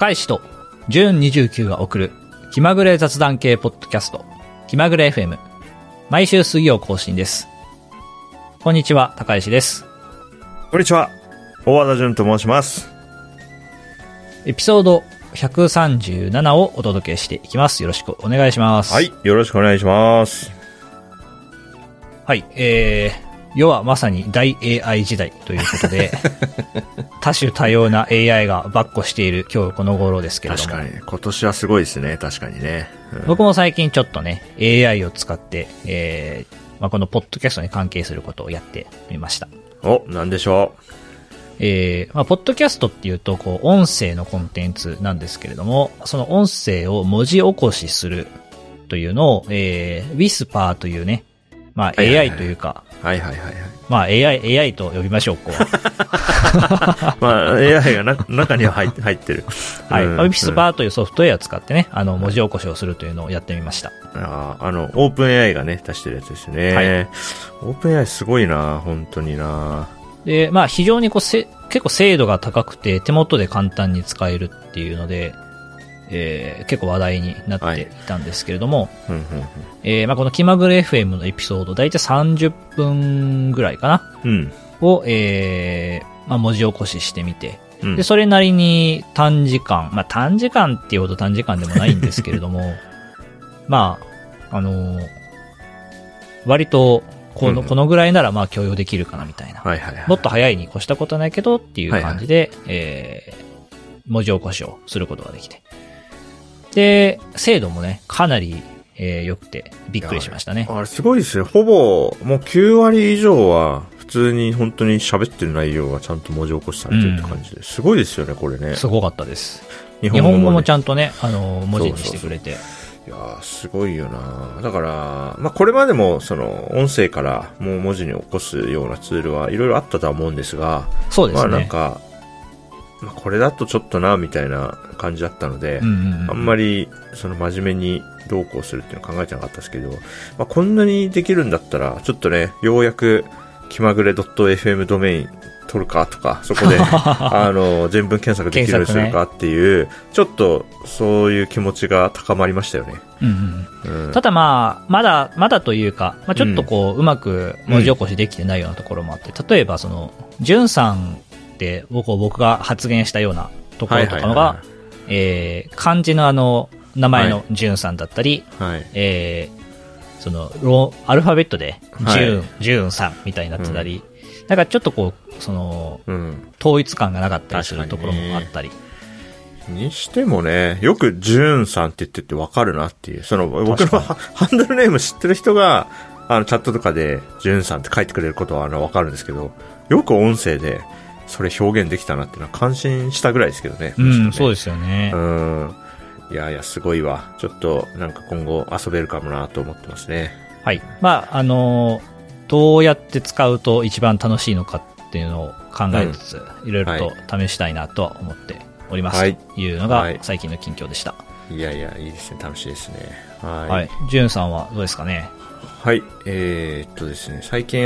高石とジューン29が送る気まぐれ雑談系ポッドキャスト気まぐれ FM、 毎週水曜更新です。こんにちは、高石です。 こんにちは、大和田潤と申します。 エピソード137をお届けしていきます。よろしくお願いします。 はい、よろしくお願いします。 はい、世はまさに大 AI 時代ということで多種多様な AI が跋扈している今日この頃ですけれども、 確かに今年はすごいですね。確かにね、 僕も最近ちょっとね AI を使って、このポッドキャストに関係することをやってみました。 お、なんでしょう。ポッドキャストっていうとこう音声のコンテンツなんですけれども、その音声を文字起こしするというのを、Whisper というね、AI というか、AI と呼びましょう、こう。 AI が中には入ってる。 はい。Whisper というソフトウェアを使ってね、文字起こしをするというのをやってみました。 オープン AI がね、出してるやつですね。はい。オープン AI すごいな、本当にな。 で、非常に結構精度が高くて、手元で簡単に使えるっていうので、結構話題になっていたんですけれども、この気まぐれ FM のエピソード、だいたい30分ぐらいかな、を、文字起こししてみて、で、それなりに短時間っていうほど短時間でもないんですけれども、割と、このぐらいなら許容できるかなみたいな。もっと早いに越したことないけどっていう感じで、文字起こしをすることができて。で、精度もね、かなり、良くて、びっくりしましたね。 あれすごいですよ。ほぼ、もう9割以上は、普通に本当に喋ってる内容がちゃんと文字起こしされてるって感じで、すごいですよね、これね。 すごかったです。日本語もちゃんとね、文字にしてくれて。 いやー、すごいよな。だから、これまでも、音声からもう文字に起こすようなツールはいろいろあったとは思うんですが、 そうですね。 これだとちょっとな、みたいな感じだったので、あんまり、真面目にどうこうするっていうのを考えてなかったですけど、こんなにできるんだったら、ちょっとね、ようやく、気まぐれ .fm ドメイン取るかとか、そこで、全文検索できるようにするかっていう、ちょっと、そういう気持ちが高まりましたよね。 ただまだというか、ちょっとうまく文字起こしできてないようなところもあって、例えばジュンさんって僕が発言したようなところとかのが、漢字の名前のジュンさんだったり、アルファベットでジュンさんみたいになってたり、なんかちょっと統一感がなかったりするところもあったり。 にしてもね、よくジュンさんって言っててわかるなっていう、僕のハンドルネーム知ってる人が、チャットとかでジュンさんって書いてくれることはわかるんですけど、よく音声でそれ表現できたなっていうのは感心したぐらいですけどね。 そうですよね。 いやすごいわ。ちょっとなんか今後遊べるかもなと思ってますね。 はい。どうやって使うと一番楽しいのかっていうのを考えつつ、いろいろと試したいなとは思っております、というのが最近の近況でした。 いやいいですね。楽しいですね。 はい。ジュンさんはどうですかね。 はい。ですね、最近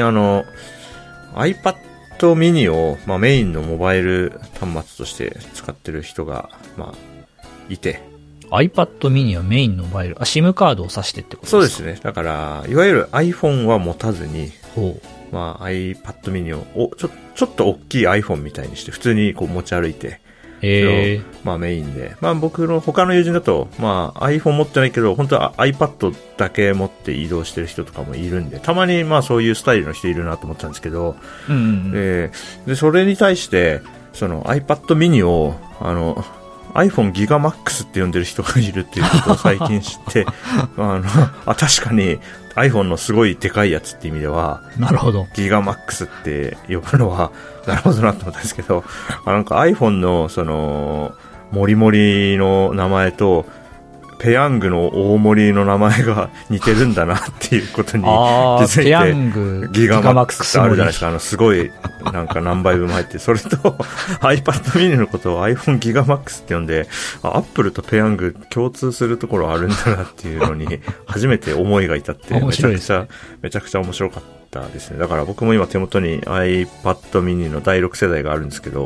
iPad mini を、メインのモバイル端末として使ってる人が、いて。 iPad mini はメインのモバイル、SIM カードを挿してってことですか？ そうですね。だから、いわゆる iPhone は持たずに、iPad mini をちょっと大きい iPhone みたいにして普通に持ち歩いて、メインで、僕の他の友人だと、iPhone 持ってないけど、本当は iPad だけ持って移動してる人とかもいるんで、たまにそういうスタイルの人いるなと思ったんですけど、で、それに対して、iPad mini を、iPhone ギガマックスって呼んでる人がいるっていうことを最近知って、確かに iPhone のすごいでかいやつって意味では、 なるほど。 ギガマックスって呼ぶのは、なるほどなと思ったんですけど、なんか iPhone のモリモリの名前と、ペヤングの大盛りの名前が似てるんだなっていうことに気づいて、 ペヤングギガマックスってあるじゃないですか。すごい、なんか何倍分入って、それと iPad mini のことを iPhone ギガマックスって呼んで、アップルとペヤング共通するところあるんだなっていうのに、初めて思いが至って、めちゃくちゃ面白かったですね。だから僕も今手元に iPad mini の第6世代があるんですけど、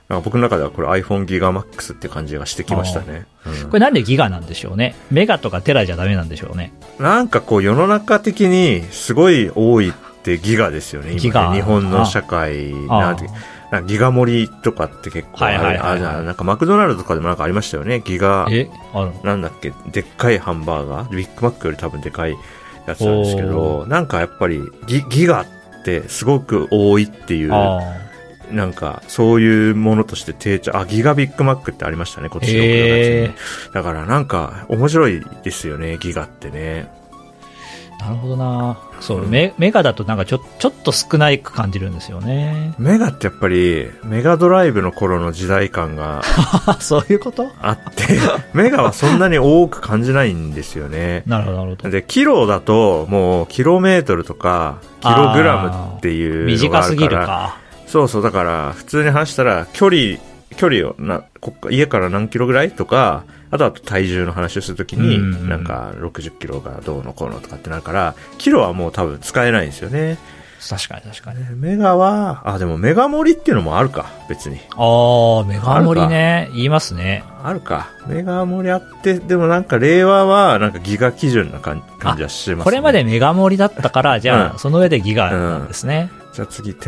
なんか僕の中ではこれ iPhone ギガマックスって感じがしてきましたね。 これなんでギガなんでしょうね。メガとかテラじゃダメなんでしょうね。 なんかこう世の中的にすごい多いってギガですよね。今ね、日本の社会なんて。なんかギガ盛りとかって結構なんかマクドナルドとかでもなんかありましたよね。ギガ、なんだっけ、でっかいハンバーガービッグマックより多分でかいやつなんですけど、なんかやっぱりギガってすごく多いっていう、なんかそういうものとして定着、ギガビッグマックってありましたね、こっちの国だからなんか面白いですよね、ギガってね。 なるほどな。そう、メガだとなんかちょっと少ないく感じるんですよね。 メガってやっぱりメガドライブの頃の時代感がそういうことあってメガはそんなに多く感じないんですよね。 なるほどなるほど。 でキロだともうキロメートルとかキログラムっていうのがあるから、短すぎるか。そうそう、だから普通に話したら距離を家から何キロぐらいとか、あとは体重の話をするときに、なんか60キロがどうのこうのとかってなるから、キロはもう多分使えないんですよね。 確かに確かに。 メガは、でもメガ盛りっていうのもあるか、別に。 メガ盛りね、言いますね。 あるか。メガ盛りあって、でもなんか令和はなんかギガ基準な感じはしますね。 これまでメガ盛りだったから、じゃあ、その上でギガなんですね。 じゃあ次、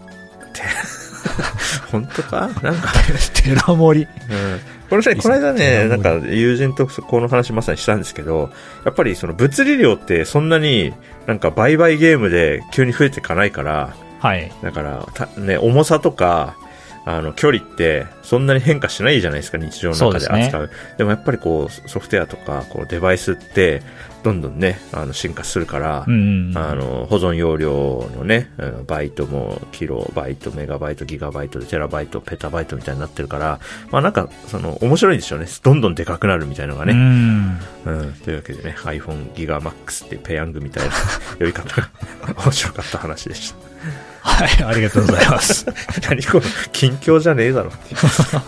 本当かなんかテラ盛り。 この間ね、なんか友人とこの話まさにしたんですけど、やっぱりその物理量ってそんなになんか売買ゲームで急に増えていかないから、 はい。 だからね、重さとか、距離ってそんなに変化しないじゃないですか、日常の中で扱う。でもやっぱりこう、ソフトウェアとか、こうデバイスって、どんどんね、進化するから、保存容量のね、バイトも、キロバイト、メガバイト、ギガバイト、テラバイト、ペタバイトみたいになってるから、まあなんか、面白いんですよね。どんどんでかくなるみたいなのがね。というわけでね、iPhone ギガマックスっていうペヤングみたいな呼び方が面白かった話でした。 はい、ありがとうございます。 何この近況じゃねえだろっていう。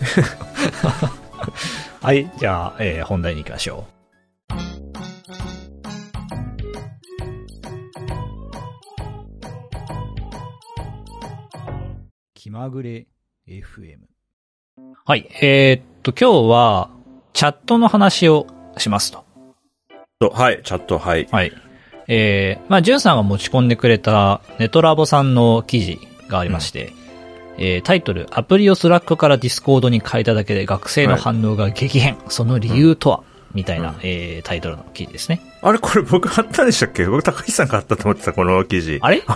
はい、じゃあ、本題に行きましょう。気まぐれ FM。はい、今日はチャットの話をしますと。 はい、チャット、はい。 はい。まあ、ジュンさんが持ち込んでくれたネトラボさんの記事がありまして、タイトル、アプリをスラックからディスコードに変えただけで学生の反応が激変。その理由とは、みたいな、タイトルの記事ですね。 あれこれ僕貼ったんでしたっけ？僕高橋さんが貼ったと思ってた、この記事。 あれ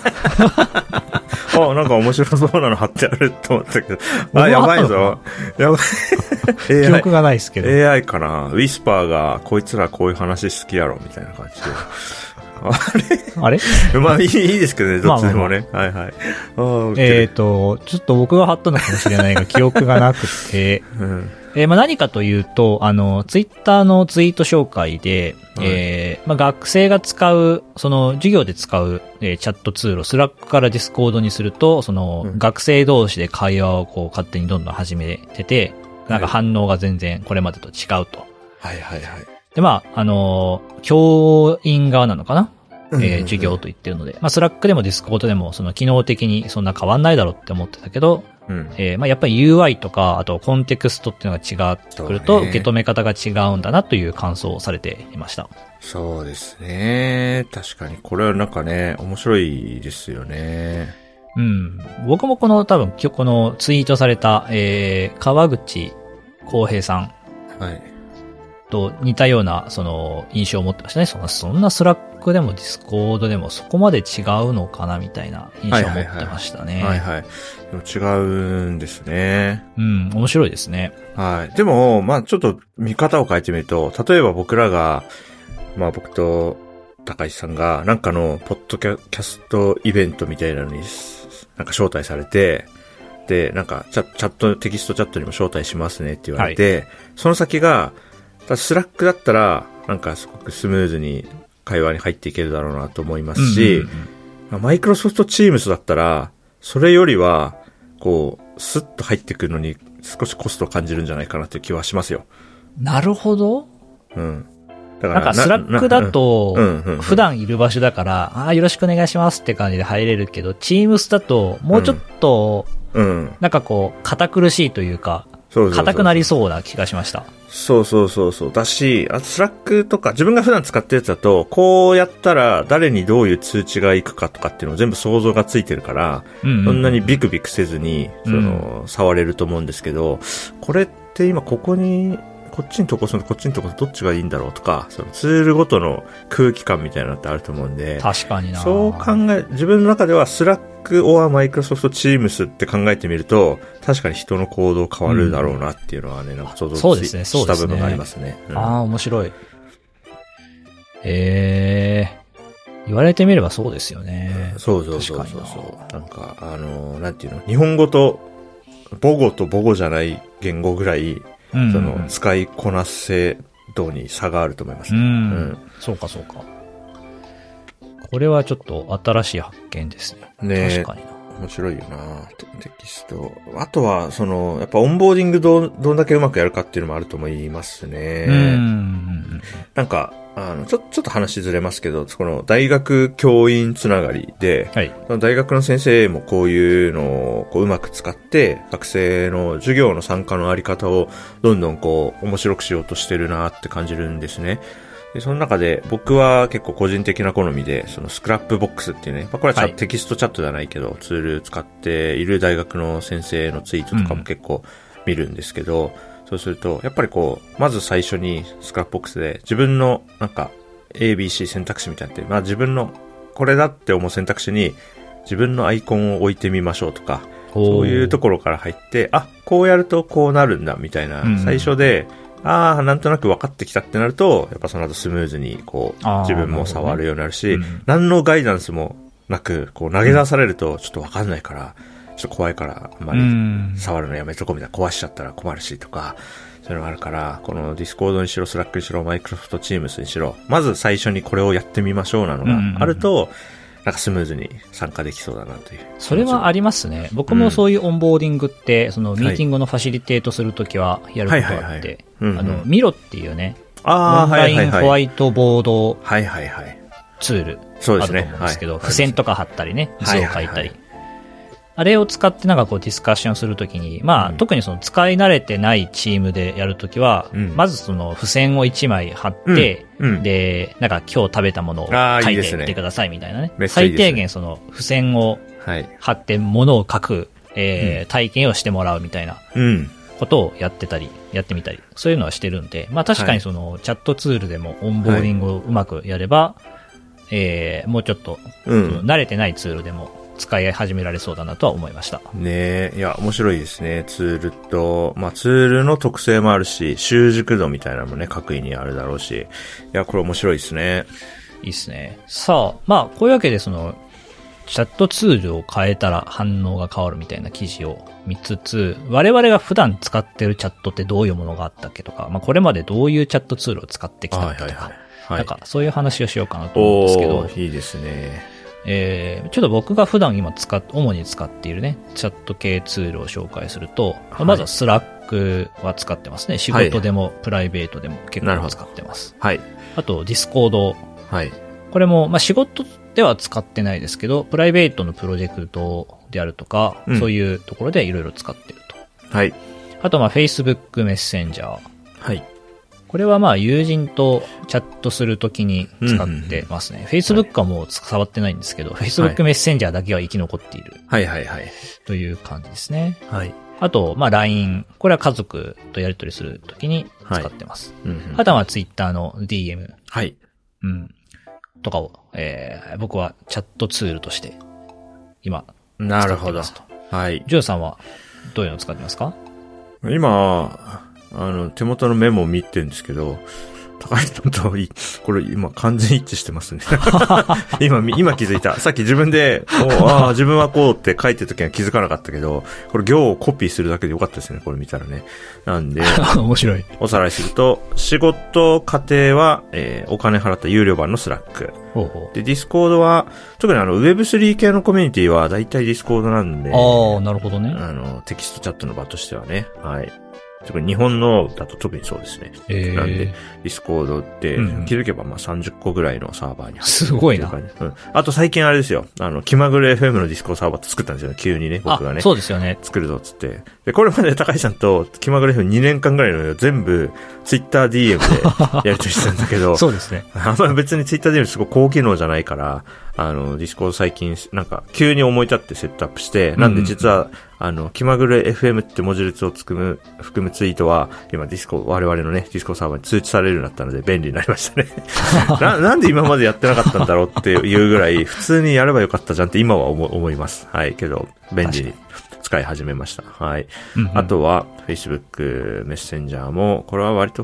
なんか面白そうなの貼ってあると思ったけど。やばいぞ。やばい。 記憶がないですけど。 AI かな？ウィスパーが、こいつらこういう話好きやろ、みたいな感じで。 あれまあいいですけどね、どっちでもね。はいはい。 ちょっと僕が貼ったのかもしれないが、記憶がなくて、まあ何かというと、ツイッターのツイート紹介で、まあ学生が使う、授業で使う、チャットツールをスラックからディスコードにすると、学生同士で会話をこう勝手にどんどん始めてて、なんか反応が全然これまでと違うと。 はいはいはい。 で、まあ、教員側なのかな、授業と言ってるので、まあ、スラックでもディスコードでも、機能的にそんな変わんないだろうって思ってたけど、まあ、やっぱり UI とか、あとコンテクストっていうのが違ってくると、受け止め方が違うんだなという感想をされていました。 そうですね。確かに、これはなんかね、面白いですよね。 僕も多分、このツイートされた、川口浩平さん。はい。と似たような、印象を持ってましたね。そんなスラックでもディスコードでもそこまで違うのかなみたいな印象を持ってましたね。 はいはい。でも違うんですね。 面白いですね。 はい。でも、まあちょっと見方を変えてみると、例えば僕らが、まあ僕と高橋さんが、なんかのポッドキャストイベントみたいなのに、なんか招待されて、で、なんかテキストチャットにも招待しますねって言われて、その先が、スラックだったら、なんかすごくスムーズに会話に入っていけるだろうなと思いますし、マイクロソフトチームズだったら、それよりは、こう、スッと入ってくるのに少しコストを感じるんじゃないかなという気はしますよ。 なるほど。 なんかスラックだと、普段いる場所だから、よろしくお願いしますって感じで入れるけど、チームスだと、もうちょっと、なんかこう、堅苦しいというか、硬くなりそうな気がしました。 そう。だし、スラックとか、自分が普段使ってるやつだと、こうやったら誰にどういう通知が行くかとかっていうのを全部想像がついてるから、そんなにビクビクせずに、触れると思うんですけど、これって今ここに、こっちに投稿するのとこっちに投稿するのどっちがいいんだろうとか、そのツールごとの空気感みたいなのってあると思うんで。 確かにな。 そう自分の中ではスラック or マイクロソフトチームスって考えてみると、確かに人の行動変わるだろうなっていうのはね、なんか想像した部分がありますね。 面白い。言われてみればそうですよね。 そう。なんか、なんていうの、日本語と母語と母語じゃない言語ぐらい、使いこなせ度に差があると思いますね。 そうか。これはちょっと新しい発見ですね。確かにな。 面白いよな、テキスト。あとは、やっぱオンボーディングどんだけうまくやるかっていうのもあると思いますね。なんか、ちょっと話ずれますけど、この大学教員つながりで、その大学の先生もこういうのをこううまく使って、学生の授業の参加のあり方をどんどんこう面白くしようとしてるなって感じるんですね。で、その中で僕は結構個人的な好みで、そのスクラップボックスっていうね、これはテキストチャットじゃないけど、ツール使っている大学の先生のツイートとかも結構見るんですけど、そうすると、やっぱりこう、まず最初にスクラップボックスで自分のなんか ABC 選択肢みたいなって、自分のこれだって思う選択肢に自分のアイコンを置いてみましょうとか、そういうところから入って、こうやるとこうなるんだみたいな、最初で、なんとなく分かってきたってなると、やっぱその後スムーズにこう、自分も触るようになるし、何のガイダンスもなく、こう投げ出されるとちょっと分かんないから、ちょっと怖いから、あんまり触るのやめとこうみたいな、壊しちゃったら困るしとか、そういうのがあるから、このディスコードにしろ、スラックにしろ、マイクロソフトチームスにしろ、まず最初にこれをやってみましょうなのがあると、なんかスムーズに参加できそうだなという。 それはありますね。僕もそういうオンボーディングって、そのミーティングのファシリテートするときはやることがあって、ミロっていうね、オンラインホワイトボードツールあると思うんですけど、付箋とか貼ったりね、図を書いたり。あれを使ってなんかこうディスカッションするときに、特にその使い慣れてないチームでやるときは、まずその付箋を1枚貼って、で、なんか今日食べたものを書いていってくださいみたいなね。最低限その付箋を貼ってものを書く、体験をしてもらうみたいなことをやってみたり、そういうのはしてるんで、確かにそのチャットツールでもオンボーディングをうまくやれば、もうちょっと、慣れてないツールでも、使い始められそうだなとは思いました。 ねえ、いや、面白いですね。ツールと、ツールの特性もあるし、習熟度みたいなのもね、各位にあるだろうし。いや、これ面白いですね。 いいですね。さあ、こういうわけでその、チャットツールを変えたら反応が変わるみたいな記事を見つつ、我々が普段使ってるチャットってどういうものがあったっけとか、これまでどういうチャットツールを使ってきたっけとか、なんかそういう話をしようかなと思うんですけど。 いいですね。 ちょっと僕が普段今主に使っているね、チャット系ツールを紹介すると、まずはスラックは使ってますね。仕事でもプライベートでも結構使ってます。あと、ディスコード。これも、仕事では使ってないですけど、プライベートのプロジェクトであるとか、そういうところでいろいろ使ってると。あと、Facebook メッセンジャー。これは友人とチャットするときに使ってますね。Facebook はもう触ってないんですけど、Facebook メッセンジャーだけは生き残っている。という感じですね。あと、LINE。これは家族とやり取りするときに使ってます。あとはTwitter の DM。とかを、僕はチャットツールとして今使ってますと。 なるほど。 ジュンさんはどういうのを使ってますか？ 今、手元のメモを見てるんですけど、高橋さんとこれ今完全一致してますね。今気づいた。さっき自分で、自分はこうって書いてるときは気づかなかったけど、これ行をコピーするだけでよかったですね、これ見たらね。なんで、 面白い。 おさらいすると、仕事、家庭は、お金払った有料版のスラック。で、ディスコードは、特にWeb3 系のコミュニティは大体ディスコードなんで。 なるほどね。 テキストチャットの場としてはね。 特に日本のだと特にそうですね。なんで、ディスコードって気づけばまあ30個ぐらいのサーバーに入ってる。 すごいな。 あと最近あれですよ。気まぐれ FM のディスコードサーバーって作ったんですよね。急にね、僕がね。 そうですよね。 作るぞっつって。で、これまで高橋さんと気まぐれ FM2 年間ぐらいの全部ツイッター DM でやりとりしてたんだけど。 そうですね。 あんまり別にツイッター DM すごい高機能じゃないから、ディスコード最近なんか急に思い立ってセットアップして、なんで実は、気まぐれ FM って文字列を含むツイートは、今我々のね、ディスコサーバーに通知されるようになったので便利になりましたね。なんで今までやってなかったんだろうっていうぐらい、普通にやればよかったじゃんって今は思います。はい。けど、便利に使い始めました。はい。あとは、Facebook メッセンジャーも、これは割と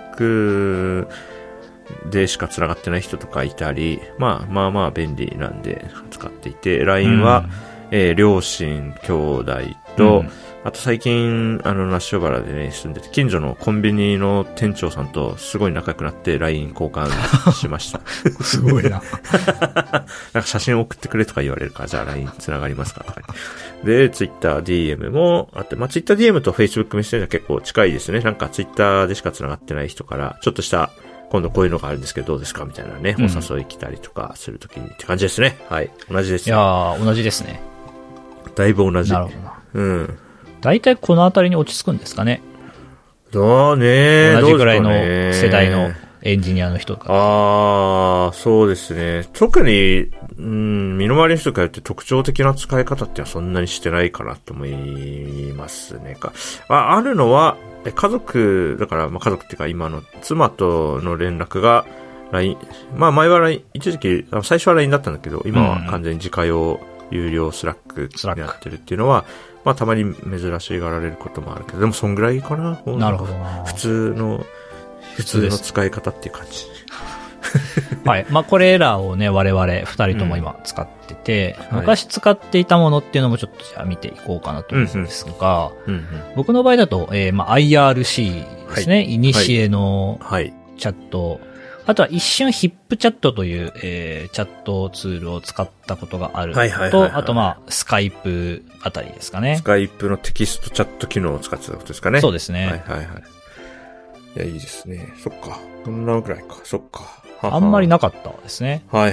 Facebook でしか繋がってない人とかいたり、まあ便利なんで使っていて、LINE は、両親、兄弟と、あと最近、那須塩原でね、住んでて、近所のコンビニの店長さんとすごい仲良くなって LINE 交換しました。 すごいな。 なんか写真送ってくれとか言われるから、じゃあ LINE 繋がりますかとか。で、Twitter DM もあって、Twitter DM と Facebook メッセンジャー結構近いですね。なんか Twitter でしか繋がってない人から、ちょっとした今度こういうのがあるんですけどどうですかみたいなね、お誘い来たりとかするときにって感じですね。はい。同じです。 いやー、同じですね。 だいぶ同じ。 なるほどな。大体このあたりに落ち着くんですかね。 だね。 同じぐらいの世代のエンジニアの人が。 そうですね。特に、身の回りの人から言って特徴的な使い方ってはそんなにしてないかなと思いますね。あるのは、家族、だから、家族っていうか今の妻との連絡が LINE、前は LINE、一時期、最初は LINE だったんだけど、今は完全に自家用、有料スラックになってるっていうのは、たまに珍しがられることもあるけど、でもそんぐらいかな。 なるほどな。 普通の使い方っていう感じ。 はい。これらをね、我々二人とも今使ってて、昔使っていたものっていうのもちょっとじゃあ見ていこうかなと思うんですが、僕の場合だと、IRC ですね。いにしえのチャット。あとは一瞬ヒップチャットという、チャットツールを使ったことがあると、あとスカイプあたりですかね。 スカイプのテキストチャット機能を使ってたことですかね。 そうですね。 いや、いいですね。そっか。こんなぐらいか。そっか。 あんまりなかったですね。 はい。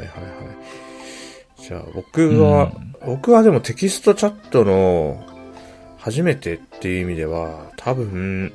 じゃあ僕はでもテキストチャットの初めてっていう意味では、多分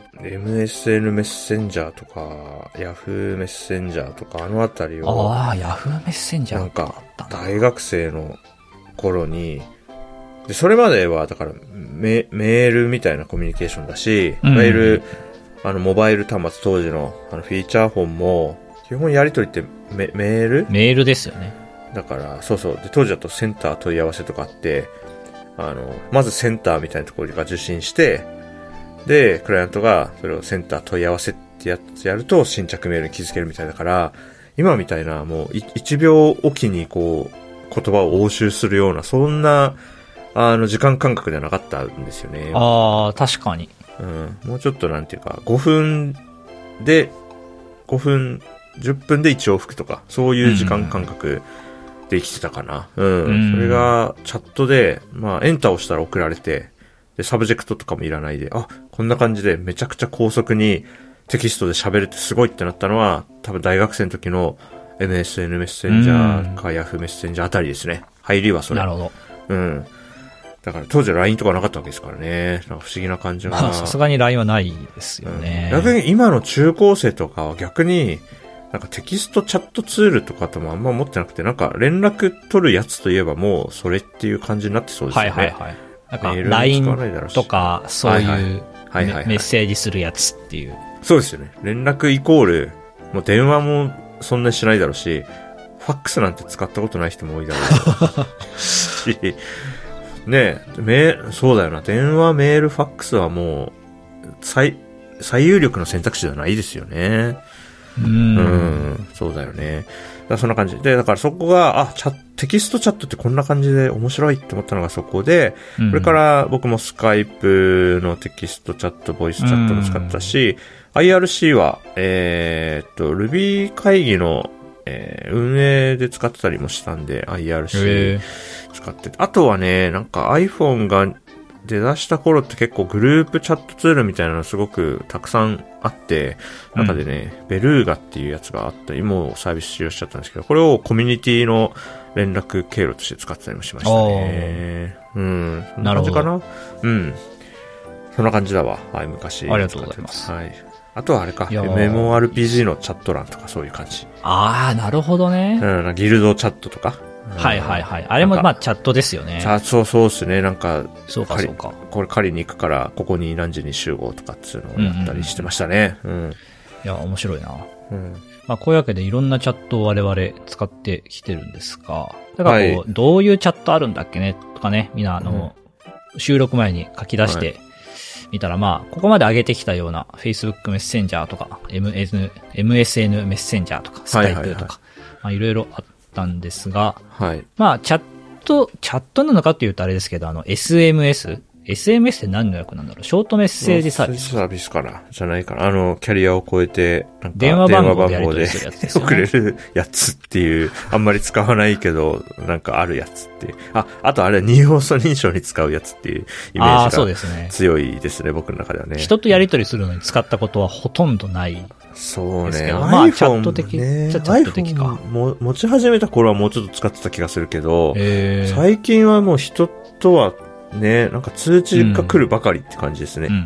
MSN メッセンジャーとか Yahoo メッセンジャーとかあのあたりを。 Yahoo メッセンジャーなんか大学生の頃に、で、それまではだからメールみたいなコミュニケーションだし、いわゆるモバイル端末当時のフィーチャーフォンも基本やり取りってメールですよね。 だから、そう。で、当時だとセンター問い合わせとかあって、まずセンターみたいなところが受信して、で、クライアントがそれをセンター問い合わせってやつやると新着メールに気づけるみたいだから、今みたいなもう1秒おきにこう、言葉を応酬するような、そんな、時間感覚ではなかったんですよね。 確かに。 もうちょっとなんていうか、5分、10分で1往復とか、そういう時間感覚で生きてたかな。それが、チャットで、エンターを押したら送られて、で、サブジェクトとかもいらないで、こんな感じでめちゃくちゃ高速にテキストで喋るってすごいってなったのは、多分大学生の時の MSN メッセンジャーか Yahoo メッセンジャーあたりですね。入りはそれ。 なるほど。 だから当時は LINE とかなかったわけですからね。なんか不思議な感じが。 さすがに LINE はないですよね。 逆に今の中高生とかは逆に、なんかテキストチャットツールとかともあんま持ってなくて、なんか連絡取るやつといえばもうそれっていう感じになってそうですよね。 なんか LINE とかそういうメッセージするやつっていう。 そうですよね。連絡イコール、もう電話もそんなにしないだろうし、ファックスなんて使ったことない人も多いだろうし、ねえ、そうだよな。電話、メール、ファックスはもう、最有力の選択肢ではないですよね。そうだよね。そんな感じで、だからそこが、テキストチャットってこんな感じで面白いって思ったのがそこで、これから僕もスカイプのテキストチャット、ボイスチャットも使ったし、IRC は、Ruby 会議の、運営で使ってたりもしたんで、IRC 使ってて。あとはね、なんか iPhone が出だした頃って結構グループチャットツールみたいなのすごくたくさんあって、中でね、ベルーガっていうやつがあったり、もうサービス終了しちゃったんですけど、これをコミュニティの連絡経路として使ってたりもしましたね。そんな感じかな。そんな感じだわ。はい、昔。 ありがとうございます。 はい。あとはあれか、MMORPG のチャット欄とかそういう感じ。 ああ、なるほどね。 ギルドチャットとか。 はいはいはい。あれもまあチャットですよね。 そうですね。なんか、 そうかそうか。 これ借りに行くから、ここに何時に集合とかっていうのをやったりしてましたね。 いや、面白いな。まあこういうわけでいろんなチャットを我々使ってきてるんですが、だからこう、どういうチャットあるんだっけねとかね、みんな収録前に書き出して、見たらまあ、ここまで上げてきたような Facebook メッセンジャーとか、MSN メッセンジャーとか、Skype とか、まあいろいろあったんですが、まあチャットなのかって言うとあれですけど、SMS って何の役なんだろう、ショートメッセージサービス。 サービスかなじゃないかな。キャリアを超えて、なんか電話番号でやり取りするやつですよね。 送れるやつっていう、あんまり使わないけど、なんかあるやつっていう。あとあれ、二要素認証に使うやつっていうイメージが強いですね、僕の中ではね。 人とやり取りするのに使ったことはほとんどない。 そうね。 まあ、チャット的。チャット的か。 持ち始めた頃はもうちょっと使ってた気がするけど、最近はもう人とはね、なんか通知が来るばかりって感じですね。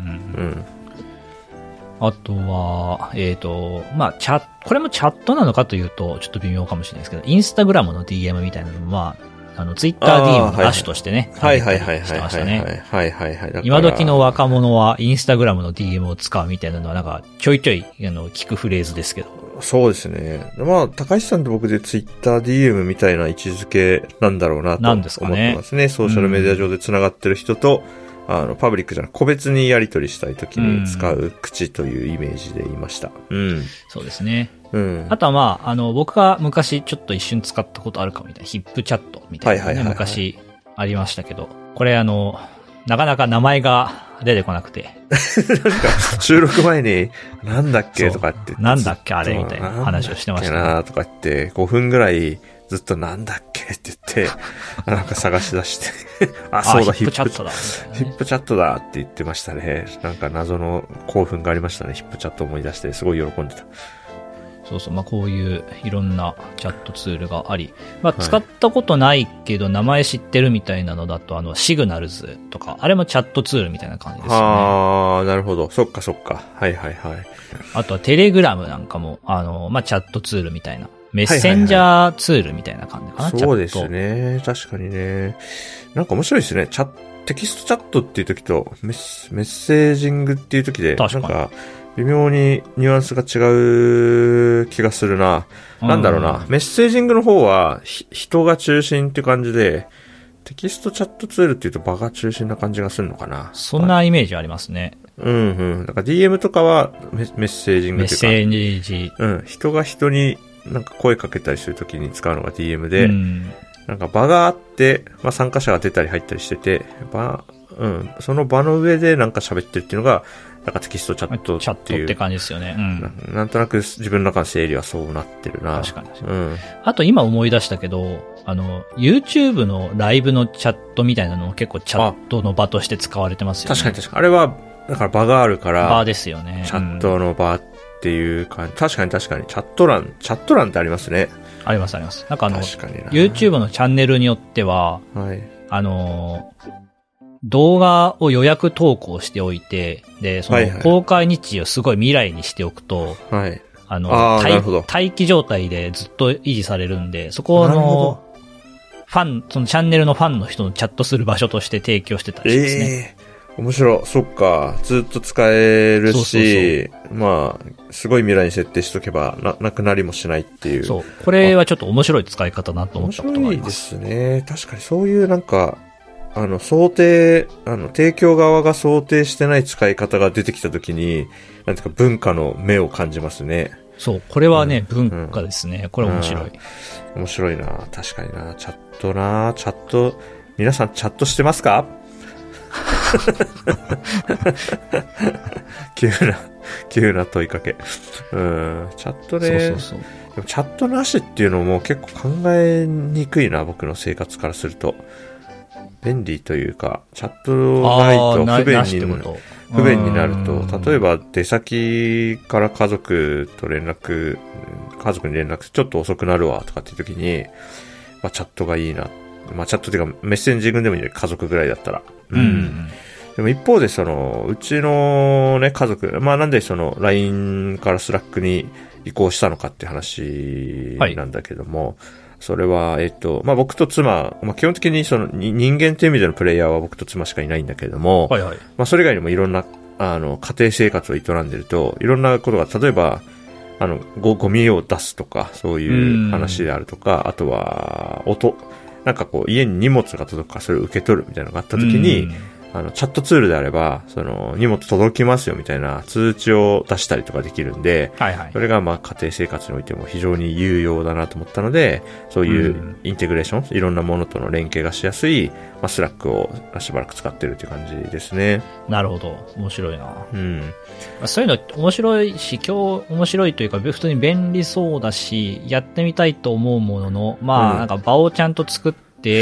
あとは、まあ、これもチャットなのかというと、ちょっと微妙かもしれないですけど、インスタグラムの DM みたいなのも、まあ、ツイッター DM の亜種としてね、してましたね。今時の若者はインスタグラムの DM を使うみたいなのは、なんか、ちょいちょい、聞くフレーズですけど。 そうですね。まあ、高橋さんと僕でツイッター DM みたいな位置づけなんだろうなと思ってますね。ソーシャルメディア上で繋がってる人と、パブリックじゃなく個別にやり取りしたいときに使う口というイメージで言いました。 そうですね。あとはまあ、僕が昔ちょっと一瞬使ったことあるかもみたいな、ヒップチャットみたいなね、昔ありましたけど、これなかなか名前が出てこなくて。 なんか、収録前に、なんだっけとかって。 なんだっけあれみたいな話をしてましたね。 なとか言って、5分ぐらいずっとなんだっけって言って、なんか探し出して。そうだ、 ヒップチャットだ。 ヒップチャットだって言ってましたね。なんか謎の興奮がありましたね。ヒップチャット思い出して、すごい喜んでた。 そうそう、まあこういういろんなチャットツールがあり、まあ使ったことないけど名前知ってるみたいなのだとシグナルズとか、あれもチャットツールみたいな感じですよね。 ああ、なるほど。そっかそっか。はいはいはい。 あとはテレグラムなんかも、まあチャットツールみたいな。メッセンジャーツールみたいな感じかな、 そうですね。確かにね。なんか面白いですね。テキストチャットっていう時とメッセージングっていう時で、なんか微妙にニュアンスが違う気がするな。なんだろうな。メッセージングの方は人が中心って感じで、テキストチャットツールっていうと場が中心な感じがするのかな。 そんなイメージありますね。 なんか DM とかはメッセージングっていうか。 メッセージ。 人が人になんか声かけたりするときに使うのが DM で、なんか場があって、まあ参加者が出たり入ったりしてて、その場の上でなんか喋ってるっていうのが、なんかテキストチャットっていう。 チャットって感じですよね。 なんとなく自分の中の整理はそうなってるな。 確かに。あと今思い出したけど、YouTube のライブのチャットみたいなのも結構チャットの場として使われてますよね。 確かに確かに。あれは、だから場があるから。 場ですよね。 チャットの場っていう感じ。確かに確かに。チャット欄ってありますね。 ありますあります。なんか確かにな。 YouTube のチャンネルによっては、動画を予約投稿しておいて、で、その公開日時をすごい未来にしておくと、待機状態でずっと維持されるんで、そこの、そのチャンネルのファンの人のチャットする場所として提供してたりしますね。 面白い。そっか。ずっと使えるし、まあ、すごい未来に設定しとけばなくなりもしないっていう。 そう。これはちょっと面白い使い方なと思ったことがあります。 面白いですね。確かにそういうなんか、提供側が想定してない使い方が出てきたときに、なんていうか文化の目を感じますね。 そう。これはね、文化ですね。これ面白い。 面白いな。確かにな。チャット、皆さんチャットしてますか急な問いかけ。チャットね。でもチャットなしっていうのも結構考えにくいな、僕の生活からすると。 便利というか、チャットないと不便になると、例えば出先から家族に連絡ちょっと遅くなるわとかっていう時に、まあチャットがいいな。まあチャットっていうかメッセンジングでもいいね、家族ぐらいだったら。でも一方でうちのね、家族、まあなんでLINE からスラックに移行したのかっていう話なんだけども、それは、まあ僕と妻、まあ基本的に人間っていう意味でのプレイヤーは僕と妻しかいないんだけれども、まあそれ以外にもいろんな、家庭生活を営んでると、いろんなことが、例えば、ゴミを出すとか、そういう話であるとか、あとは、なんか家に荷物が届くからそれを受け取るみたいなのがあった時に、チャットツールであれば、荷物届きますよみたいな通知を出したりとかできるんで、それがまあ家庭生活においても非常に有用だなと思ったので、そういうインテグレーション、いろんなものとの連携がしやすい、まあ、スラックをしばらく使ってるという感じですね。 なるほど。面白いな。そういうの面白いし、面白いというか、普通に便利そうだし、やってみたいと思うものの、まあ、なんか場をちゃんと作って、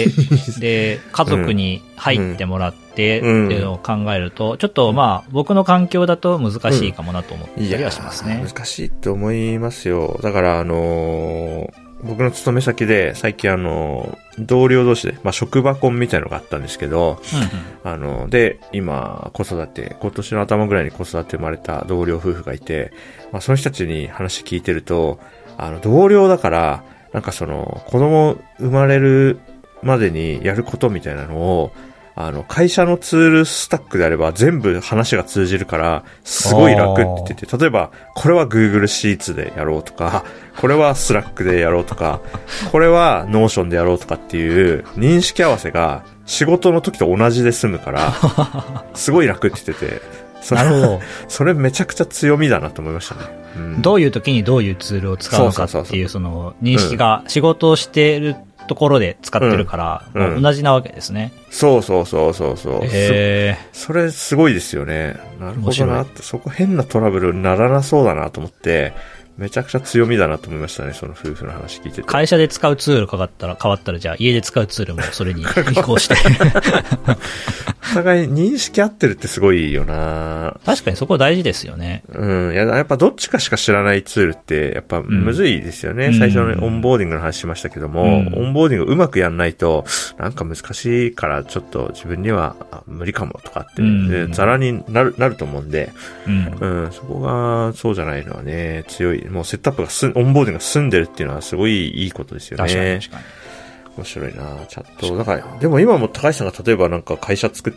で、家族に入ってもらって、っていうのを考えると、ちょっとまあ、僕の環境だと難しいかもなと思ったりはしますね。 難しいと思いますよ。だから僕の勤め先で最近同僚同士で、まあ職場婚みたいなのがあったんですけど、で、今今年の頭ぐらいに子育て生まれた同僚夫婦がいて、まあその人たちに話聞いてると、同僚だから、なんか子供生まれるまでにやることみたいなのを、会社のツールスタックであれば全部話が通じるから、すごい楽って言ってて、例えば、これは Google Sheets でやろうとか、これは Slack でやろうとか、これは Notion でやろうとかっていう認識合わせが仕事の時と同じで済むから、すごい楽って言ってて、 なるほど。 それめちゃくちゃ強みだなと思いましたね。 どういう時にどういうツールを使うのかっていう認識が仕事をしているところで使ってるから、同じなわけですね。 そう。それすごいですよね。なるほどなって、そこ変なトラブルにならなそうだなと思って、めちゃくちゃ強みだなと思いましたね、その夫婦の話聞いてて。 会社で使うツール変わったら、じゃあ家で使うツールもそれに移行して。 お互い認識合ってるってすごいよな。 確かにそこ大事ですよね。 やっぱどっちかしか知らないツールって、やっぱむずいですよね。最初のオンボーディングの話しましたけども、オンボーディングうまくやんないと、なんか難しいからちょっと自分には無理かもとかって、ザラになると思うんで、そこがそうじゃないのはね、強い。もうセットアップがオンボーディングが済んでるっていうのはすごいいいことですよね。 確かに。 面白いなチャット。だから、でも今も高橋さんが例えばなんか会社作って、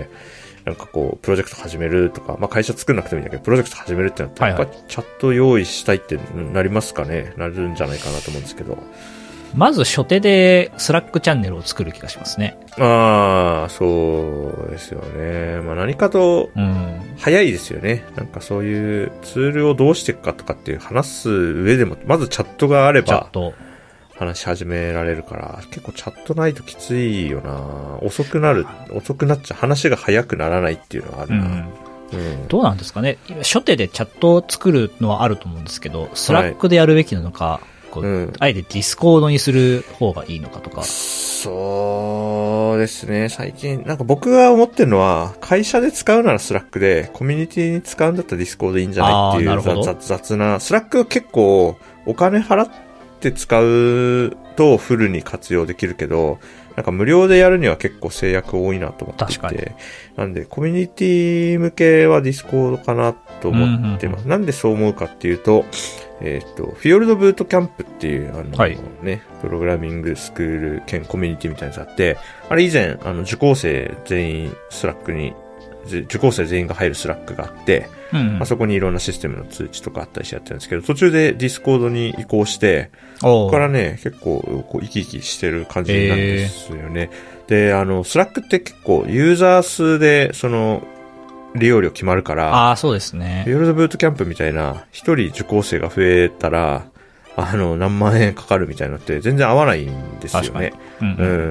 なんかプロジェクト始めるとか、まあ会社作んなくてもいいんだけど、プロジェクト始めるってなったら、やっぱチャット用意したいってなりますかね？なるんじゃないかなと思うんですけど。 まず初手でスラックチャンネルを作る気がしますね。 そうですよね。まあ何かと、早いですよね。なんかそういうツールをどうしていくかとかっていう話す上でも、まずチャットがあれば、話し始められるから、結構チャットないときついよな。遅くなっちゃう。話が早くならないっていうのはあるな。 どうなんですかね。初手でチャットを作るのはあると思うんですけど、スラックでやるべきなのか、あえてディスコードにする方がいいのかとか。 そうですね。最近、なんか僕が思ってるのは、会社で使うならスラックで、コミュニティに使うんだったらディスコードいいんじゃないっていう雑な、スラック結構お金払って使うとフルに活用できるけど、なんか無料でやるには結構制約多いなと思っていて、なんでコミュニティ向けはディスコードかなと思ってます。なんでそう思うかっていうと、フィヨルドブートキャンプっていう、プログラミングスクール兼コミュニティみたいなやつあって、あれ以前、受講生全員が入るスラックがあって、そこにいろんなシステムの通知とかあったりしてやってるんですけど、途中でディスコードに移行して、ここからね、結構生き生きしてる感じなんですよね。で、スラックって結構ユーザー数で、利用料決まるから、 そうですね。 フィヨルドブートキャンプみたいな、一人受講生が増えたら、何万円かかるみたいなのって全然合わないんですよね。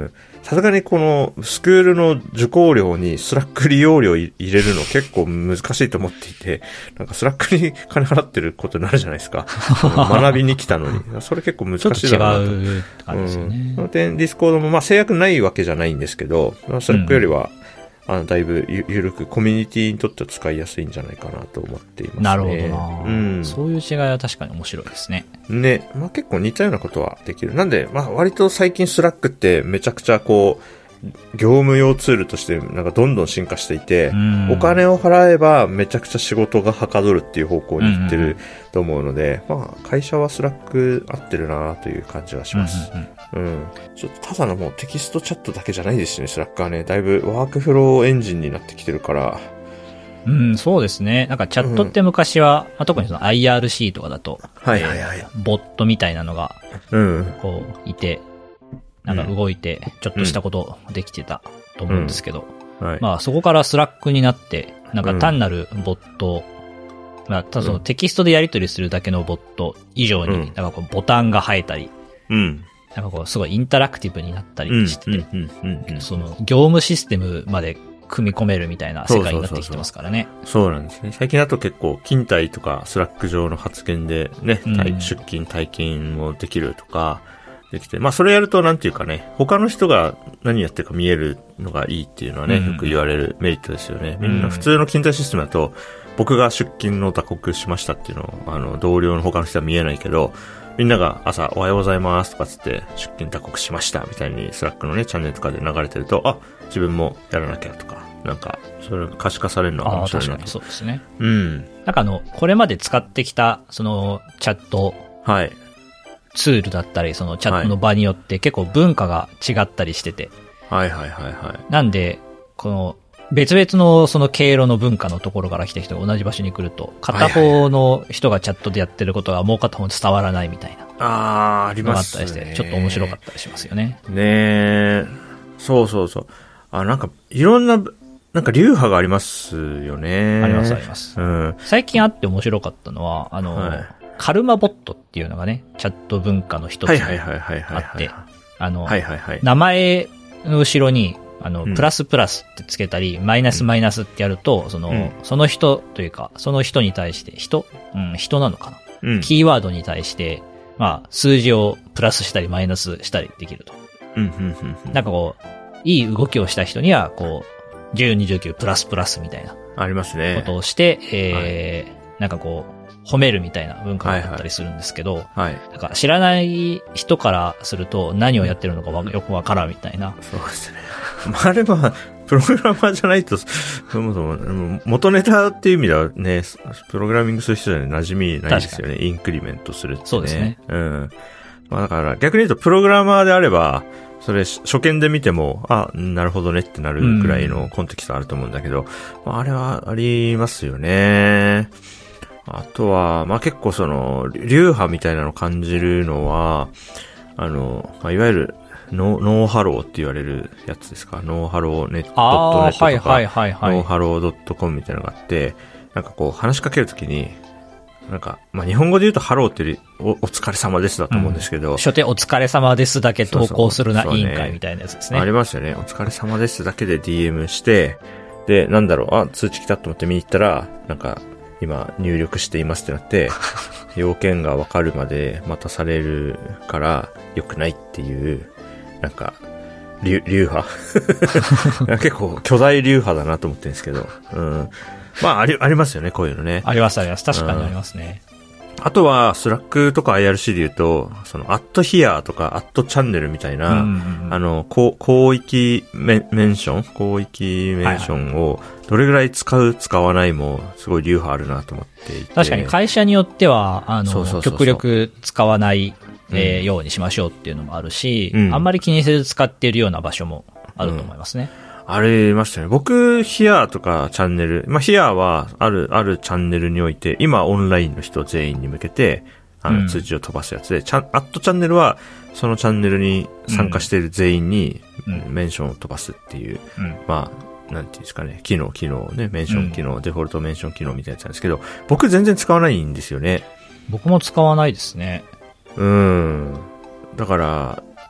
さすがにこのスクールの受講料にスラック利用料入れるの結構難しいと思っていて、なんかスラックに金払ってることになるじゃないですか。学びに来たのに。それ結構難しいだろうなと。 違う感じですよね。 その点、ディスコードもまあ制約ないわけじゃないんですけど、スラックよりは、だいぶゆるくコミュニティにとっては使いやすいんじゃないかなと思っていますね。 なるほどな、そういう違いは確かに面白いですね。 ね。まあ結構似たようなことはできる。なんで、まあ割と最近スラックってめちゃくちゃこう、業務用ツールとしてなんかどんどん進化していて、お金を払えばめちゃくちゃ仕事がはかどるっていう方向に行ってると思うので、まあ会社はスラック合ってるなという感じはします。ちょっとただのもうテキストチャットだけじゃないですしね、スラックはね、だいぶワークフローエンジンになってきてるから。 そうですね。なんかチャットって昔は、特にその IRC とかだと、ボットみたいなのが、こういて、なんか動いて、ちょっとしたことできてたと思うんですけど、まあそこからスラックになって、なんか単なるボット、まあただそのテキストでやり取りするだけのボット以上に、なんかこうボタンが生えたり、なんかこうすごいインタラクティブになったりしてて、その業務システムまで組み込めるみたいな世界になってきてますからね。 そうなんですね。最近だと結構勤怠とかスラック上の発言でね、出勤退勤もできるとか、できて、まあそれやるとなんていうかね、他の人が何やってるか見えるのがいいっていうのはね、よく言われるメリットですよね。みんな普通の勤怠システムだと、僕が出勤の打刻しましたっていうのを、同僚の他の人は見えないけど、みんなが朝おはようございますとかつって出勤打刻しましたみたいにスラックのね、チャンネルとかで流れてると、あ、自分もやらなきゃとか、なんか、それが可視化されるのは面白いなと。 確かにそうですね。なんかこれまで使ってきた、その、チャット。ツールだったり、そのチャットの場によって結構文化が違ったりしてて。なんで、この、別々のその経路の文化のところから来た人が同じ場所に来ると、片方の人がチャットでやってることがもう片方に伝わらないみたいな。 ありますね。 のがあったりして、ちょっと面白かったりしますよね。 ねえ。そうそうそう。なんか、いろんな、なんか流派がありますよね。 ありますあります。最近あって面白かったのは、カルマボットっていうのがね、チャット文化の一つにあって、名前の後ろに、プラスプラスってつけたり、マイナスマイナスってやると、その人というか、その人に対して、人なのかな、キーワードに対して、まあ、数字をプラスしたりマイナスしたりできると。なんかこう、いい動きをした人には、こう、10、29プラスプラスみたいな。 ありますね。 ことをして、なんかこう、褒めるみたいな文化があったりするんですけど、なんか知らない人からすると何をやってるのかよくわからんみたいな。 そうですね。あれは、プログラマーじゃないと、そもそも、元ネタっていう意味ではね、プログラミングする人じゃ馴染みないですよね。インクリメントするってね。 そうですね。 まあだから逆に言うとプログラマーであれば、それ初見で見ても、なるほどねってなるくらいのコンテキストあると思うんだけど、あれはありますよね。あとは、まあ、結構その、流派みたいなのを感じるのは、まあ、いわゆるノーハローって言われるやつですか。ノーハローネットとか、ノーハロー .com みたいなのがあって、なんかこう話しかけるときに、なんか、まあ、日本語で言うとハローっていうよりお疲れ様ですだと思うんですけど。 初手お疲れ様ですだけ投稿するな委員会みたいなやつですね。 ありますよね。お疲れ様ですだけで DM して、で、なんだろう、通知来たと思って見に行ったら、なんか、今入力していますってなって、要件がわかるまで待たされるから良くないっていう、なんか、流派結構巨大流派だなと思ってるんですけど。まあ、ありますよね、こういうのね。 ありますあります。確かにありますね。 あとは、スラックとか IRC で言うと、その、@here とか@channel みたいな、広域メンションを、どれぐらい使わないも、すごい流派あるなと思っていて。 確かに会社によっては、極力使わないようにしましょうっていうのもあるし、あんまり気にせず使っているような場所もあると思いますね。 ありましたね。僕、here とかチャンネル、まあ、here はあるチャンネルにおいて、今オンラインの人全員に向けて、通知を飛ばすやつで、チャンネルは、そのチャンネルに参加している全員に、メンションを飛ばすっていう、まあ、なんていうんですかね、機能ね、メンション機能、デフォルトメンション機能みたいなやつなんですけど、僕全然使わないんですよね。 僕も使わないですね。 だから、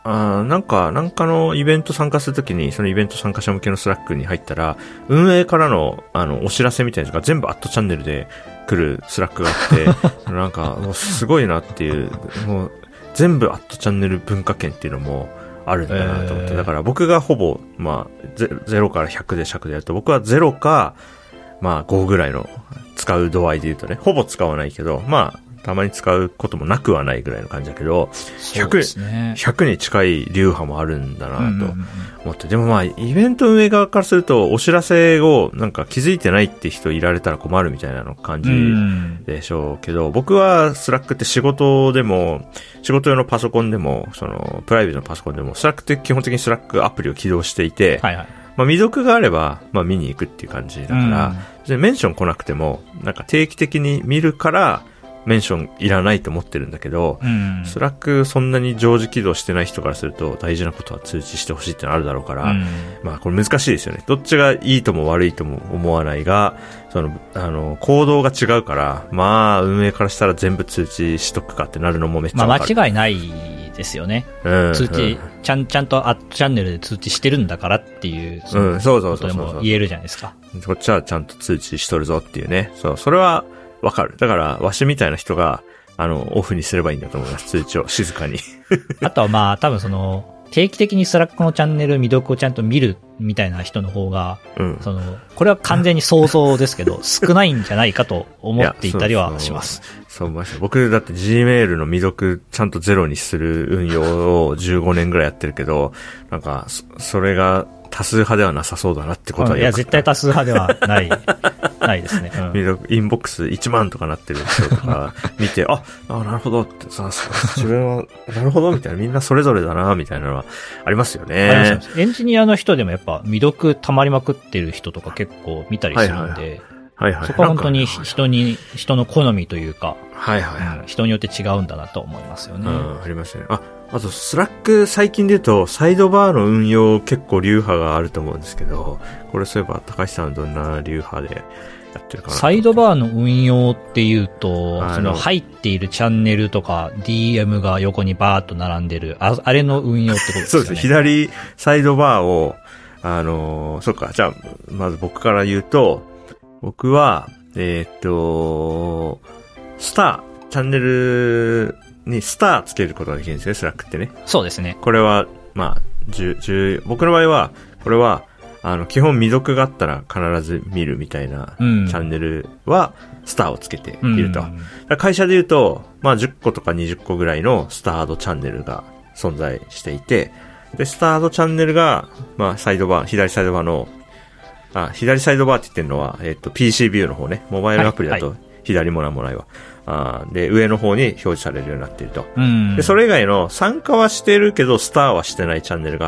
なんかのイベント参加するときに、そのイベント参加者向けのスラックに入ったら、運営からの、お知らせみたいなのが全部アットチャンネルで来るスラックがあって、なんか、もうすごいなっていう、もう、全部アットチャンネル文化圏っていうのもあるんだなと思って、だから僕がほぼ、まあ、0から100で尺でやると、僕は0か、まあ5ぐらいの使う度合いで言うとね、ほぼ使わないけど、まあ、たまに使うこともなくはないぐらいの感じだけど、100に近い流派もあるんだなと思って、でもまあ、イベント運営側からすると、お知らせをなんか気づいてないって人いられたら困るみたいなの感じでしょうけど、僕はスラックって仕事でも、仕事用のパソコンでも、その、プライベートのパソコンでも、スラックって基本的にスラックアプリを起動していて、はいはい、まあ、未読があれば、まあ、見に行くっていう感じだから、メンション来なくても、なんか定期的に見るから、メンションいらないと思ってるんだけど、スラックそんなに常時起動してない人からすると大事なことは通知してほしいってのあるだろうから、まあこれ難しいですよね。どっちがいいとも悪いとも思わないが、その、行動が違うから、まあ運営からしたら全部通知しとくかってなるのもめっちゃわかる。 まあ間違いないですよね。通知、ちゃんとアットチャンネルで通知してるんだからっていう、そうことでも言えるじゃないですか。 こっちはちゃんと通知しとるぞっていうね。そう、それは、わかる。だから、わしみたいな人が、オフにすればいいんだと思います。通知を静かに。 あとはまあ、多分定期的にスラックのチャンネル未読をちゃんと見るみたいな人の方が、これは完全に想像ですけど、少ないんじゃないかと思っていたりはします。 そう思います。僕だって Gmail の未読ちゃんとゼロにする運用を15年ぐらいやってるけど、なんか、それが多数派ではなさそうだなってことは、 いや、絶対多数派ではない。ないですね。 インボックス1万とかなってる人とか見て、なるほどってさ、自分は、なるほどみたいな、みんなそれぞれだな、みたいなのはありますよね。あります。 エンジニアの人でもやっぱ未読溜まりまくってる人とか結構見たりするんで、そこは本当に人の好みというか、人によって違うんだなと思いますよね。 ありますね。あと、スラック最近で言うと、サイドバーの運用結構流派があると思うんですけど、これそういえば高橋さんはどんな流派でやってるかな。 サイドバーの運用っていうと、入っているチャンネルとか DM が横にバーっと並んでる、あれの運用ってことですよね。 そうです。左サイドバーを、そっか、じゃあ、まず僕から言うと、僕は、チャンネルにスターつけることができるんですね、スラックってね。 そうですね。 これは、まあ、僕の場合は、これは、基本未読があったら必ず見るみたいなチャンネルは、スターをつけていると。会社で言うと、まあ10個とか20個ぐらいのスタードチャンネルが存在していて、で、スタードチャンネルが、まあサイドバー、左サイドバーの、左サイドバーって言ってるのは、PC ビューの方ね、モバイルアプリだと左もらもらいは。で、上の方に表示されるようになっていると。で、それ以外の参加はしてるけど、スターはしてないチャンネルがあって、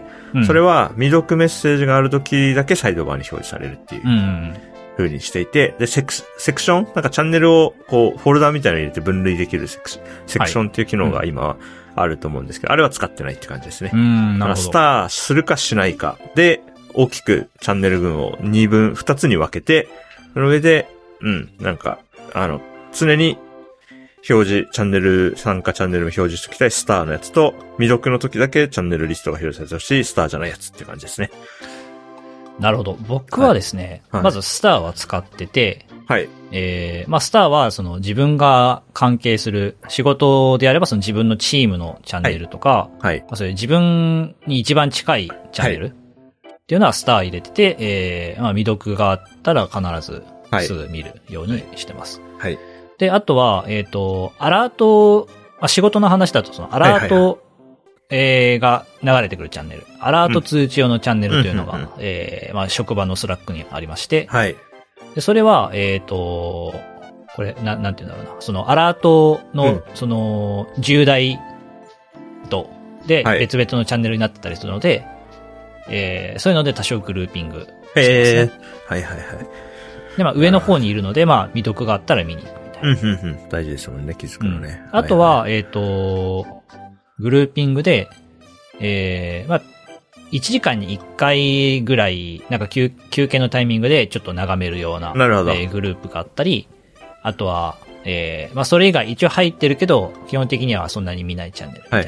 それは未読メッセージがある時だけサイドバーに表示されるっていう風にしていて、で、セクションなんかチャンネルをこう、フォルダみたいなの入れて分類できるセクションっていう機能が今あると思うんですけど、あれは使ってないって感じですね。だからスターするかしないかで、大きくチャンネル群を2つに分けて、その上で、なんか、常に表示、参加チャンネルも表示しておきたいスターのやつと、未読の時だけチャンネルリストが表示されてほしいスターじゃないやつっていう感じですね。 なるほど。僕はですね、まずスターは使ってて、まあスターは自分が関係する仕事であれば自分のチームのチャンネルとか、まあそういう自分に一番近いチャンネルっていうのはスター入れてて、まあ未読があったら必ずすぐ見るようにしてます。で、あとは、アラート、仕事の話だとアラート、が流れてくるチャンネル。アラート通知用のチャンネルというのが、まあ、職場のスラックにありまして。で、それは、これ、なんていうんだろうな。アラートの、重大度で、別々のチャンネルになってたりするので、そういうので多少グルーピングしてますね。で、まあ、上の方にいるので、まあ、未読があったら見に行くみたいな。 大事ですもんね、気づくのね。 あとは、グルーピングで、まあ、1時間に1回ぐらい、なんか休憩のタイミングでちょっと眺めるような、グループがあったり、あとは、まあ、それ以外一応入ってるけど、基本的にはそんなに見ないチャンネルみたいな。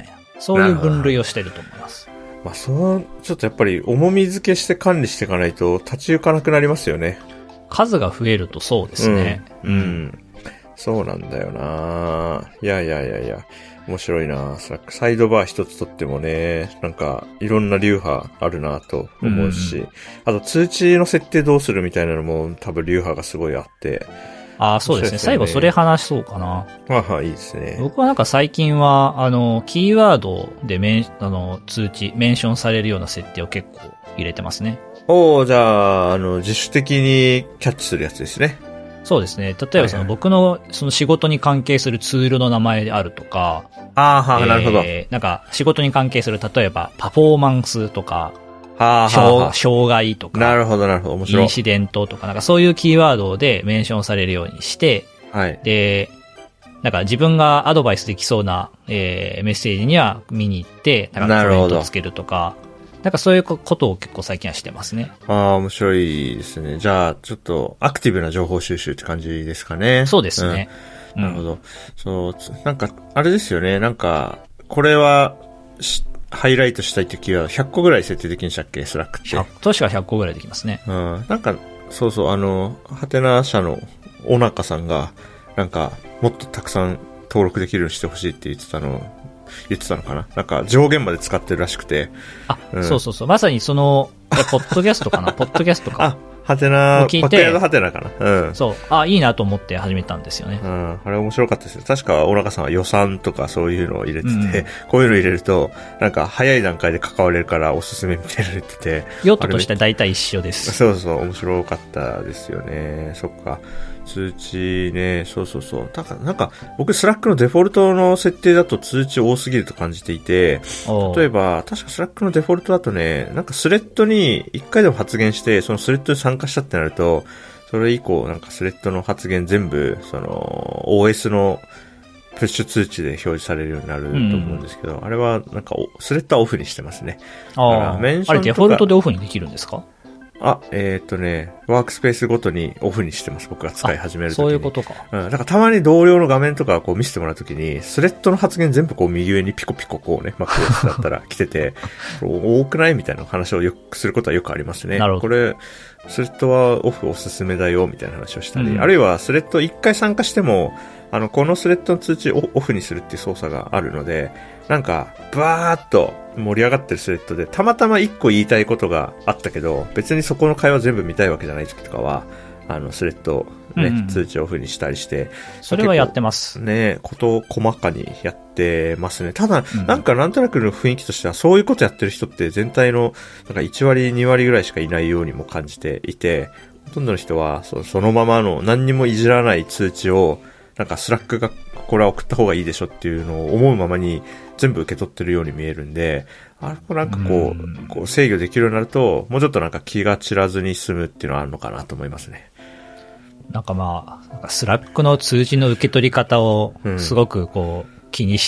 そういう分類をしてると思います。 まあ、ちょっとやっぱり重み付けして管理していかないと立ち行かなくなりますよね。 数が増えるとそうですね。 そうなんだよな。いや。面白いな。サイドバー一つとってもね、なんかいろんな流派あるなと思うし、あと通知の設定どうするみたいなのも多分流派がすごいあって。 ああ、そうですね。最後それ話そうかな。 いいですね。 僕はなんか最近は、キーワードで通知、メンションされるような設定を結構入れてますね。 じゃあ、自主的にキャッチするやつですね。 そうですね。例えば僕のその仕事に関係するツールの名前であるとか。 なるほど。 なんか仕事に関係する、例えばパフォーマンスとか、障害とか。 なるほど。面白い。 インシデントとか、なんかそういうキーワードでメンションされるようにして、で、なんか自分がアドバイスできそうな、メッセージには見に行って、なんかコメントつけるとか、なんかそういうことを結構最近はしてますね。 面白いですね。じゃあ、ちょっとアクティブな情報収集って感じですかね。 そうですね。 なるほど。なんか、あれですよね。なんか、これは、ハイライトしたいときは100個ぐらい設定できんしたっけ、スラックって。 確か100個ぐらいできますね。 なんか、ハテナ社のおなかさんが、なんか、もっとたくさん登録できるようにしてほしいって言ってたのかな。なんか上限まで使ってるらしくて。 そう。まさにポッドキャストかなポッドキャストか。 ハテナ、聞いて。ハテナかな。 そう。いいなと思って始めたんですよね。 あれ面白かったですよ。確か、小中さんは予算とかそういうのを入れてて、こういうの入れると、なんか早い段階で関われるからおすすめみたいなの言ってて。 用途として大体一緒です。 そう、面白かったですよね。そっか。通知ね、そう。なんか、僕、スラックのデフォルトの設定だと通知多すぎると感じていて、例えば、確かスラックのデフォルトだとね、なんかスレッドに一回でも発言して、そのスレッドに参加したってなると、それ以降、なんかスレッドの発言全部、OS のプッシュ通知で表示されるようになると思うんですけど、あれは、なんか、スレッドはオフにしてますね。 あれ、デフォルトでオフにできるんですか？ ワークスペースごとにオフにしてます。僕が使い始めるときに。 そういうことか。 だからたまに同僚の画面とかこう見せてもらうときに、スレッドの発言全部こう右上にピコピコこうね、MacOS だったら来てて、多くないみたいな話をよくすることはよくありますね。 なるほど。 これ、スレッドはオフおすすめだよ、みたいな話をしたり、あるいはスレッド一回参加しても、このスレッドの通知をオフにするっていう操作があるので、なんか、バーっと盛り上がってるスレッドで、たまたま一個言いたいことがあったけど、別にそこの会話全部見たいわけじゃない時とかは、スレッドね、通知オフにしたりして。 それはやってます。 ね、ことを細かにやってますね。ただ、なんとなくの雰囲気としては、そういうことやってる人って全体の、なんか1割、2割ぐらいしかいないようにも感じていて、ほとんどの人は、そのままの何にもいじらない通知を、なんかスラックがこれは送った方がいいでしょっていうのを思うままに全部受け取ってるように見えるんで、なんかこう制御できるようになると、もうちょっとなんか気が散らずに済むっていうのはあるのかなと思いますね。 なんかスラックの通知の受け取り方をすごく気にして、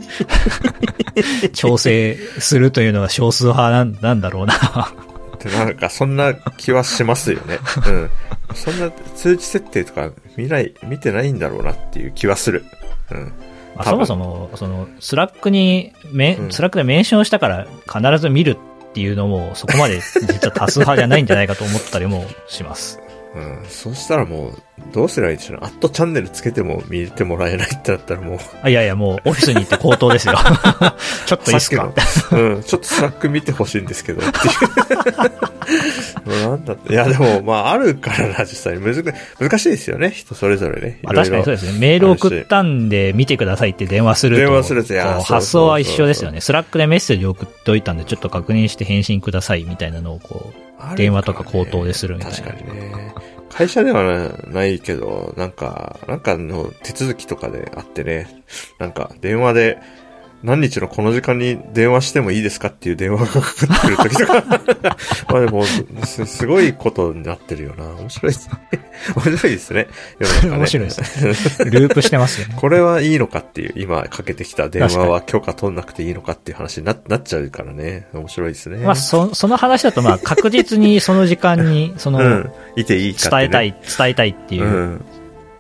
調整するというのは少数派なんだろうな。 なんかそんな気はしますよね。そんな通知設定とか見てないんだろうなっていう気はする。 そもそも、スラックでメンションしたから必ず見るっていうのも、そこまで実は多数派じゃないんじゃないかと思ったりもします。 そうしたらもう、どうすればいいでしょうね。チャンネルつけても見てもらえないってなったらもう。 いや、もうオフィスに行って口頭ですよ。ちょっといいっすかちょっとスラック見てほしいんですけど。なんだって。いや、でも、あるからな、実際に。難しいですよね。人それぞれね。 確かにそうですね。メール送ったんで見てくださいって電話すると。発想は一緒ですよね。スラックでメッセージ送っておいたんで、ちょっと確認して返信くださいみたいなのを電話とか口頭でするみたいな。 確かにね。会社ではないけど、なんかの手続きとかであってね、なんか電話で、何日のこの時間に電話してもいいですかっていう電話がかかってくる時とか。でも、すごいことになってるよな。面白いですね。面白いですね。 面白いですね。ループしてますよね。 これはいいのかっていう、今かけてきた電話は許可取んなくていいのかっていう話になっちゃうからね。面白いですね。 その話だと確実にその時間に、 いていいかって、 ね、伝えたいっていう。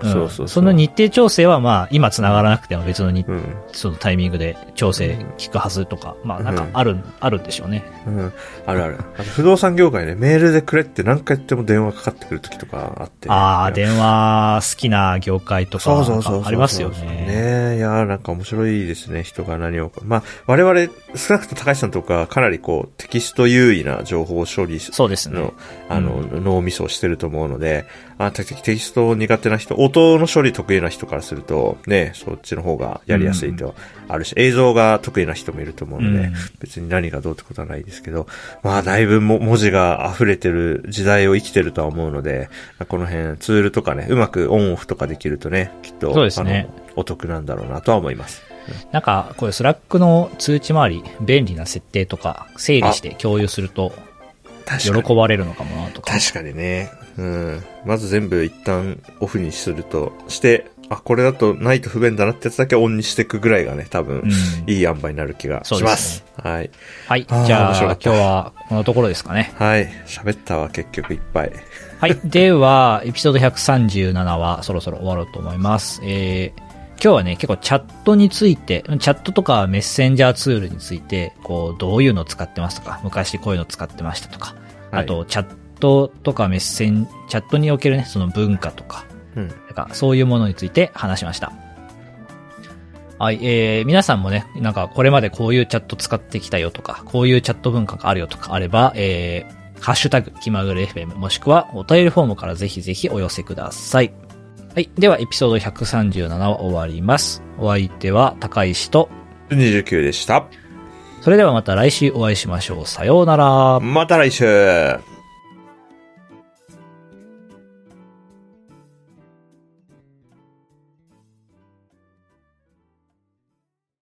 そんな日程調整はまあ、今繋がらなくても別のそのタイミングで調整聞くはずとか、まあなんかあるんでしょうね。 あるある。不動産業界ね、メールでくれって何回言っても電話かかってくる時とかあって。 電話好きな業界とかありますよね。 ね、いやなんか面白いですね、人が何を。まあ、我々、少なくとも高橋さんとかかなりこう、テキスト優位な情報処理そうですね。 脳みそをしてると思うので、テキスト苦手な人、音の処理得意な人からすると、ね、そっちの方がやりやすいとあるし、映像が得意な人もいると思うので、別に何がどうってことはないですけど、まあ、だいぶ文字が溢れてる時代を生きてるとは思うので、この辺、ツールとかね、うまくオンオフとかできるとね、きっと、 そうですね。 お得なんだろうなとは思います。 なんか、これスラックの通知周り、便利な設定とか、整理して共有すると、喜ばれるのかもなとか。 確かにね。まず全部一旦オフにして、これだとないと不便だなってやつだけオンにしていくぐらいがね、多分、いい塩梅になる気がします。はい。 はい。じゃあ、今日はこのところですかね。 はい。喋ったわ、結局いっぱい。 はい。では、エピソード137はそろそろ終わろうと思います。今日はね、結構チャットについて、チャットとかメッセンジャーツールについて、こう、どういうのを使ってますとか、昔こういうのを使ってましたとか、あと、チャットとかチャットにおけるね、その文化とか、なんかそういうものについて話しました。はい、皆さんもね、なんかこれまでこういうチャット使ってきたよとか、こういうチャット文化があるよとかあれば、ハッシュタグ、気まぐれ FM もしくはお便りフォームからぜひぜひお寄せください。はい。では、エピソード137は終わります。お相手は高石と 29でした。 それではまた来週お会いしましょう。さようなら。 また来週。